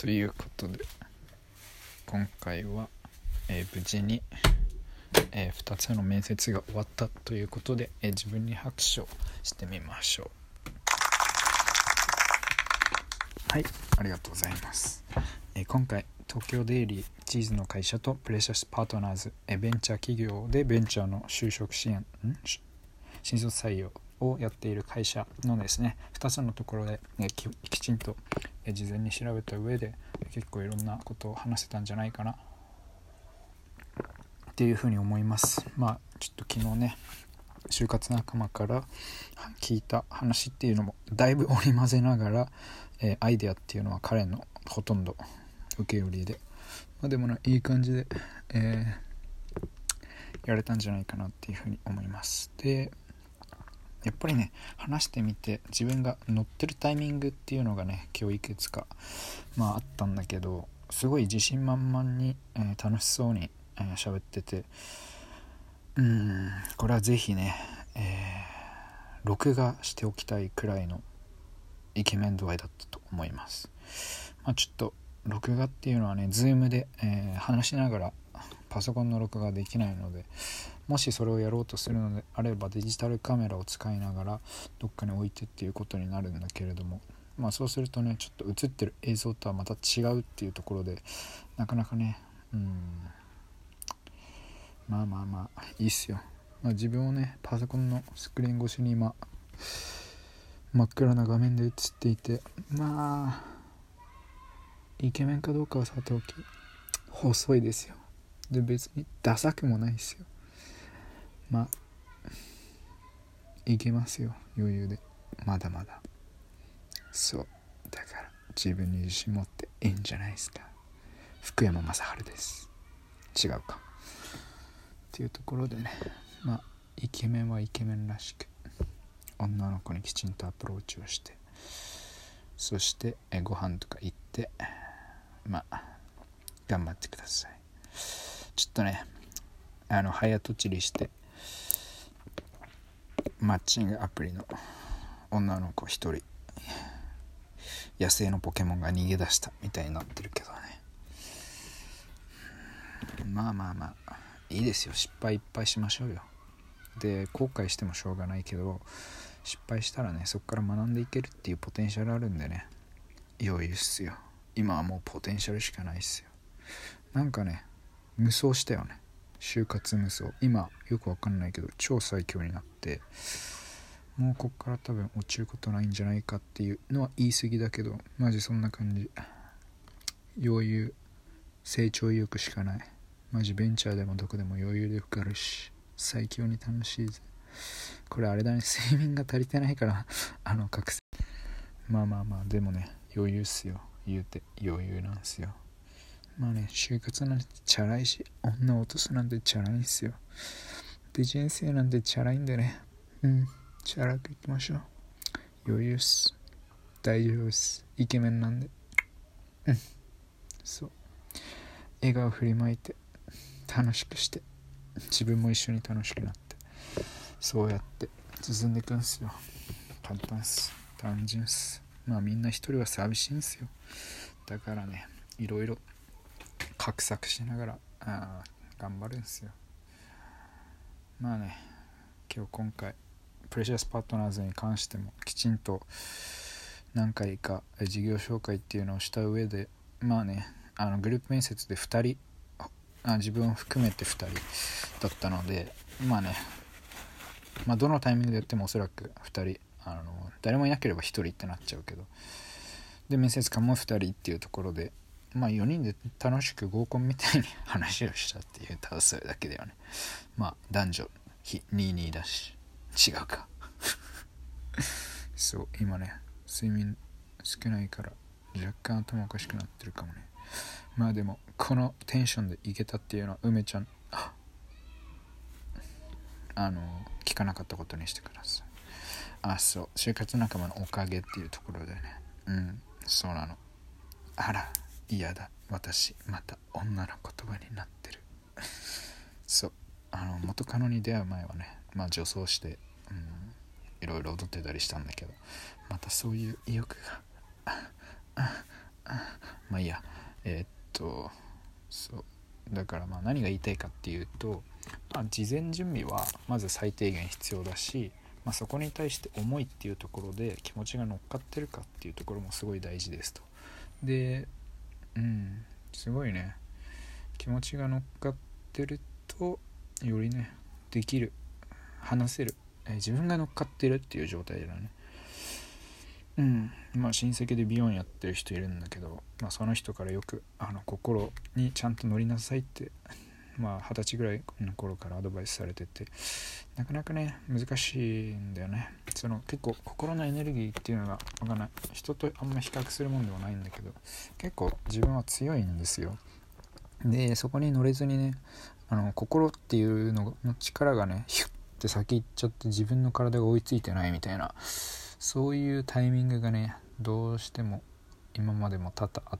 ということで今回は、無事に、2つの面接が終わったということで、自分に拍手をしてみましょう。はい、ありがとうございます。今回東京デイリーチーズの会社とプレシャスパートナーズ、ベンチャー企業でベンチャーの就職支援新卒採用をやっている会社のですね2つのところで、きちんと、事前に調べた上で結構いろんなことを話せたんじゃないかなっていうふうに思います。ちょっと昨日ね就活仲間から聞いた話っていうのもだいぶ織り交ぜながら、アイデアっていうのは彼のほとんど受け売りで、でもいい感じで、やれたんじゃないかなっていうふうに思います。でやっぱりね話してみて自分が乗ってるタイミングっていうのがね今日いくつかあったんだけど、すごい自信満々に、楽しそうに喋ってて、これはぜひね、録画しておきたいくらいのイケメン度合いだったと思います。ちょっと録画っていうのはね Zoom で、話しながらパソコンの録画できないので、もしそれをやろうとするのであればデジタルカメラを使いながらどっかに置いてっていうことになるんだけれども、そうするとねちょっと映ってる映像とはまた違うっていうところでなかなかねいいっすよ。自分をねパソコンのスクリーン越しに真っ暗な画面で映っていて、イケメンかどうかはさておき細いですよ。で別にダサくもないですよ。いけますよ余裕で、まだまだ。そうだから自分に自信持っていいんじゃないですか。福山雅治です。違うかっていうところでね、イケメンはイケメンらしく女の子にきちんとアプローチをして、そしてご飯とか行って頑張ってください。ちょっとね早とちりしてマッチングアプリの女の子一人野生のポケモンが逃げ出したみたいになってるけどね、いいですよ。失敗いっぱいしましょうよ。で後悔してもしょうがないけど、失敗したらねそこから学んでいけるっていうポテンシャルあるんでね、余裕っすよ。今はもうポテンシャルしかないっすよ。無双したよね、就活無双。今よくわかんないけど超最強になって、もうこっから多分落ちることないんじゃないかっていうのは言い過ぎだけど、マジそんな感じ。余裕、成長意欲しかない。マジベンチャーでもどこでも余裕で受かるし最強に楽しいぜ。これあれだね、睡眠が足りてないから覚醒。でもね余裕っすよ。言うて余裕なんすよ。就活なんてチャラいし、女を落とすなんてチャラいんすよ。で人生なんてチャラいんでね、チャラくいきましょう。余裕っす。大丈夫っす。イケメンなんで。そう笑顔振りまいて楽しくして、自分も一緒に楽しくなって、そうやって進んでいくんすよ。簡単っす。単純っす。みんな一人は寂しいんすよ。だからねいろいろ画策しながら頑張るんすよ。今回プレシャスパートナーズに関してもきちんと何回か事業紹介っていうのをした上で、グループ面接で2人自分を含めて2人だったので、どのタイミングでやってもおそらく2人誰もいなければ1人ってなっちゃうけど、で面接官も2人っていうところで、4人で楽しく合コンみたいに話をしたっていう、ただそれだけだよね。男女非22だし、違うかそう今ね睡眠少ないから若干頭おかしくなってるかもね。でもこのテンションでいけたっていうのは梅ちゃん聞かなかったことにしてください。そう就活仲間のおかげっていうところでね、そうなの。あら嫌だ、私また女の言葉になってるそう元カノに出会う前はね女装していろいろ踊ってたりしたんだけど、またそういう意欲がまあいいや。そうだからまあ何が言いたいかっていうと、事前準備はまず最低限必要だし、そこに対して思いっていうところで気持ちが乗っかってるかっていうところもすごい大事ですと。で、すごいね、気持ちが乗っかってるとよりねできる、話せる、自分が乗っかってるっていう状態だね。親戚で美容院やってる人いるんだけど、その人からよく心にちゃんと乗りなさいって20歳ぐらいの頃からアドバイスされてて、なかなかね難しいんだよね。結構心のエネルギーっていうのが分かんない、人とあんま比較するもんでもないんだけど、結構自分は強いんですよ。でそこに乗れずにね、心っていうのの力がねヒュッて先行っちゃって、自分の体が追いついてないみたいな、そういうタイミングがねどうしても今までも多々あって、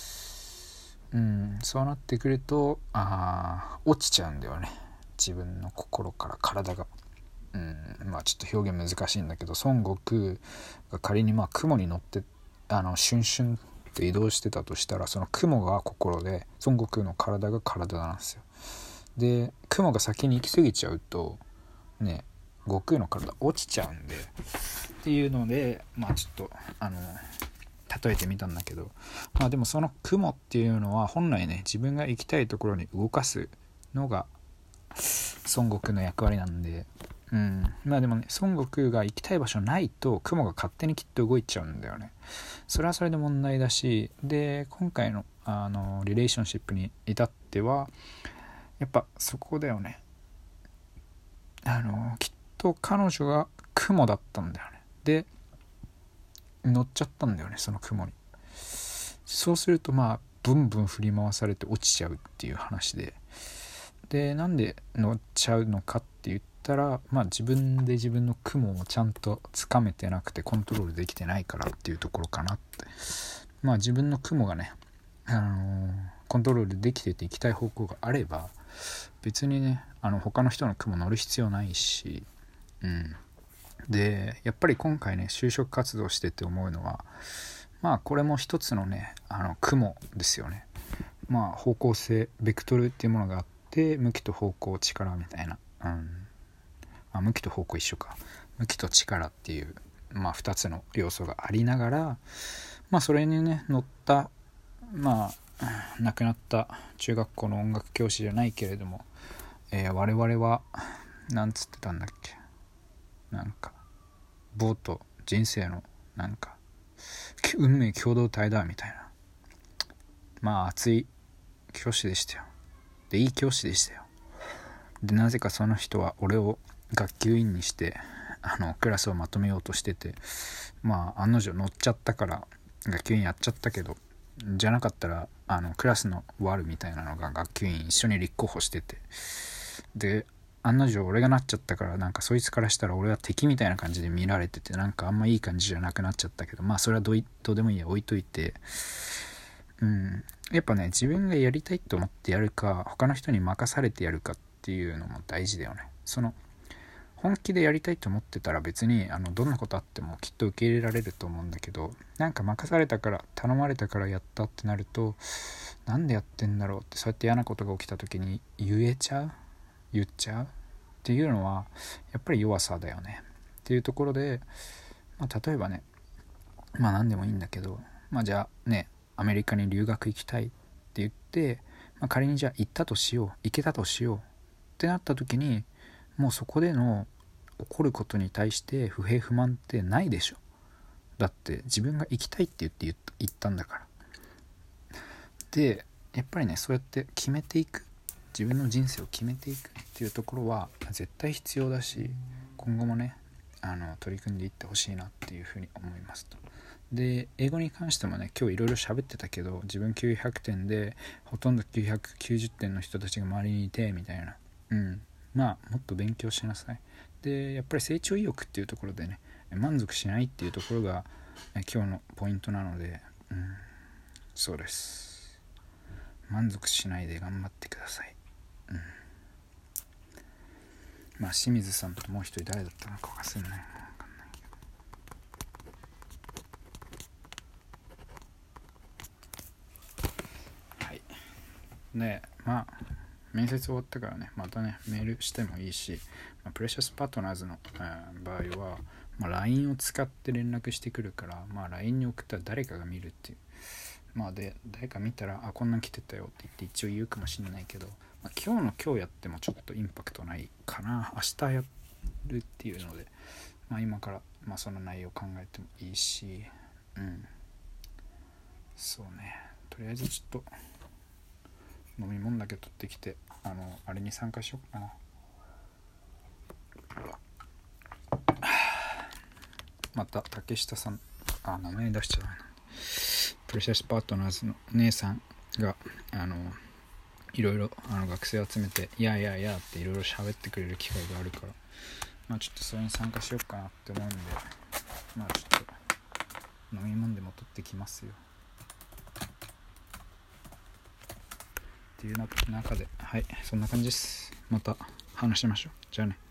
そうなってくると落ちちゃうんだよね、自分の心から体が。ちょっと表現難しいんだけど、孫悟空が仮に雲に乗ってシュンシュンって移動してたとしたら、その雲が心で孫悟空の体が体なんですよ。で雲が先に行き過ぎちゃうとね、悟空の体落ちちゃうんでっていうので、ちょっと例えてみたんだけど、でもその雲っていうのは本来ね、自分が行きたいところに動かすのが孫悟空の役割なんで、でもね、孫悟空が行きたい場所ないと雲が勝手にきっと動いちゃうんだよね。それはそれで問題だし、で今回のリレーションシップに至ってはやっぱそこだよね。きっと彼女が雲だったんだよね。で乗っちゃったんだよね、その雲に。そうするとブンブン振り回されて落ちちゃうっていう話で、なんで乗っちゃうのかって言ったら、自分で自分の雲をちゃんとつかめてなくてコントロールできてないからっていうところかなって。自分の雲がね、コントロールできてて行きたい方向があれば別にね他の人の雲乗る必要ないし、でやっぱり今回ね就職活動してて思うのは、これも一つのね雲ですよね。方向性ベクトルっていうものがあって、向きと方向力みたいな、向きと方向一緒か、向きと力っていう2つの要素がありながら、それにね乗った亡くなった中学校の音楽教師じゃないけれども、我々はなんつってたんだっけ、ボート人生の運命共同体だみたいな、熱い教師でしたよ。でいい教師でしたよ。でなぜかその人は俺を学級委員にしてクラスをまとめようとしてて、案の定乗っちゃったから学級委員やっちゃったけど、じゃなかったらクラスのワルみたいなのが学級委員一緒に立候補してて、で案の定俺がなっちゃったから、そいつからしたら俺は敵みたいな感じで見られてて、あんまいい感じじゃなくなっちゃったけど、それはどうでもいいや、置いといて、やっぱね自分がやりたいと思ってやるか他の人に任されてやるかっていうのも大事だよね。本気でやりたいと思ってたら別にどんなことあってもきっと受け入れられると思うんだけど、任されたから頼まれたからやったってなると、なんでやってんだろうって、そうやって嫌なことが起きた時に言っちゃうっていうのはやっぱり弱さだよねっていうところで、例えばね何でもいいんだけど、じゃあねアメリカに留学行きたいって言って、仮にじゃあ行けたとしようってなった時に、もうそこでの起こることに対して不平不満ってないでしょ。だって自分が行きたいって言ったんだから。でやっぱりねそうやって決めていく、自分の人生を決めていくっていうところは絶対必要だし、今後もね取り組んでいってほしいなっていうふうに思いますと。で英語に関してもね今日いろいろ喋ってたけど、自分900点でほとんど990点の人たちが周りにいてみたいな、もっと勉強しなさい。でやっぱり成長意欲っていうところでね満足しないっていうところが今日のポイントなので、そうです、満足しないで頑張ってください。清水さんともう一人誰だったのか忘れない。 でまあ面接終わったからね、またねメールしてもいいし、プレシャスパートナーズの、場合は、LINE を使って連絡してくるから、LINE に送ったら誰かが見るっていう、で誰か見たらこんなん来てたよって言って一応言うかもしれないけど、今日やってもちょっとインパクトないかな。明日やるっていうので、今から、その内容考えてもいいし、そうね、とりあえずちょっと飲み物だけ取ってきて、あれに参加しようかな。また竹下さん、名前出しちゃうな。プレシャスパートナーズの姉さんがいろいろ学生集めてやっていろいろ喋ってくれる機会があるから、ちょっとそれに参加しようかなって思うんで、ちょっと飲み物でも取ってきますよっていう中で、はい、そんな感じです。また話しましょう。じゃあね。